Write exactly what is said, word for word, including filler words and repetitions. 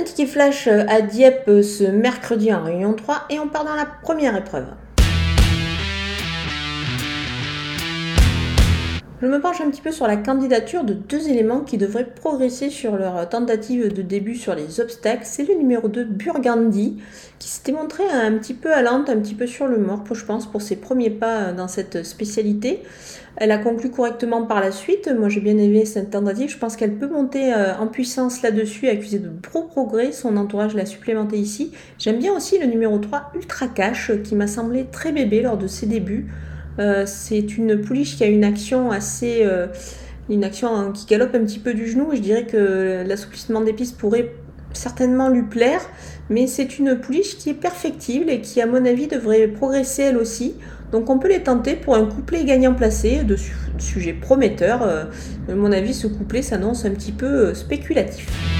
Un ticket flash à Dieppe ce mercredi en Réunion trois et on part dans la première épreuve. Je me penche un petit peu sur la candidature de deux éléments qui devraient progresser sur leur tentative de début sur les obstacles. C'est le numéro deux, Burgundy, qui s'était montré un petit peu allante, un petit peu sur le morpe, je pense, pour ses premiers pas dans cette spécialité. Elle a conclu correctement par la suite. Moi, j'ai bien aimé cette tentative. Je pense qu'elle peut monter en puissance là-dessus, accuser de gros progrès. Son entourage l'a supplémenté ici. J'aime bien aussi le numéro trois, Ultra Cash, qui m'a semblé très bébé lors de ses débuts. Euh, c'est une pouliche qui a une action assez, euh, une action hein, qui galope un petit peu du genou. Et je dirais que l'assouplissement des pistes pourrait certainement lui plaire, mais c'est une pouliche qui est perfectible et qui, à mon avis, devrait progresser elle aussi. Donc on peut les tenter pour un couplet gagnant placé de su- sujet prometteur. Euh, à mon avis, ce couplet s'annonce un petit peu spéculatif.